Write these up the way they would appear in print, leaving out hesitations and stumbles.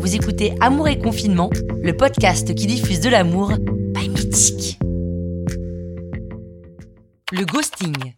Vous écoutez Amour et Confinement, le podcast qui diffuse de l'amour by Mythique. Le ghosting.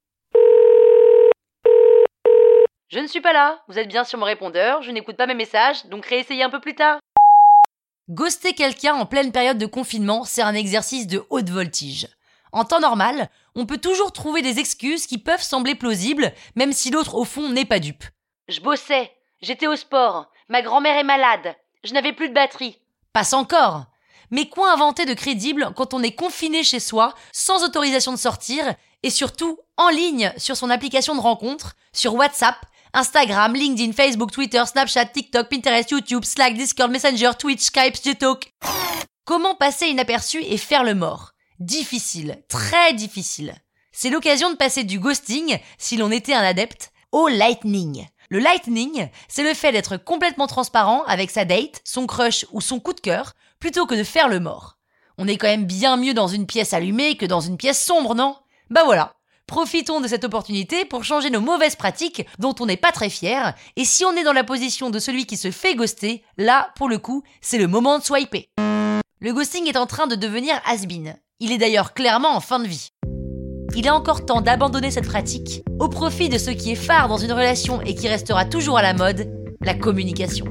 Je ne suis pas là, vous êtes bien sur mon répondeur, je n'écoute pas mes messages, donc réessayez un peu plus tard. Ghoster quelqu'un en pleine période de confinement, c'est un exercice de haute voltige. En temps normal, on peut toujours trouver des excuses qui peuvent sembler plausibles, même si l'autre au fond n'est pas dupe. Je bossais, j'étais au sport, ma grand-mère est malade, je n'avais plus de batterie. Passe encore. Mais quoi inventer de crédible quand on est confiné chez soi, sans autorisation de sortir, et surtout en ligne sur son application de rencontre, sur WhatsApp, Instagram, LinkedIn, Facebook, Twitter, Snapchat, TikTok, Pinterest, YouTube, Slack, Discord, Messenger, Twitch, Skype, Gtalk. Comment passer inaperçu et faire le mort ? Difficile, très difficile. C'est l'occasion de passer du ghosting, si l'on était un adepte, au lightning. Le lightning, c'est le fait d'être complètement transparent avec sa date, son crush ou son coup de cœur, plutôt que de faire le mort. On est quand même bien mieux dans une pièce allumée que dans une pièce sombre, non ? Bah voilà. Profitons de cette opportunité pour changer nos mauvaises pratiques dont on n'est pas très fier, et si on est dans la position de celui qui se fait ghoster, là, pour le coup, c'est le moment de swiper. Le ghosting est en train de devenir has-been. Il est d'ailleurs clairement en fin de vie. Il est encore temps d'abandonner cette pratique au profit de ce qui est phare dans une relation et qui restera toujours à la mode, la communication.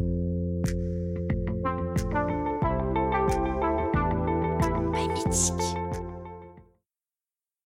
By Mythique.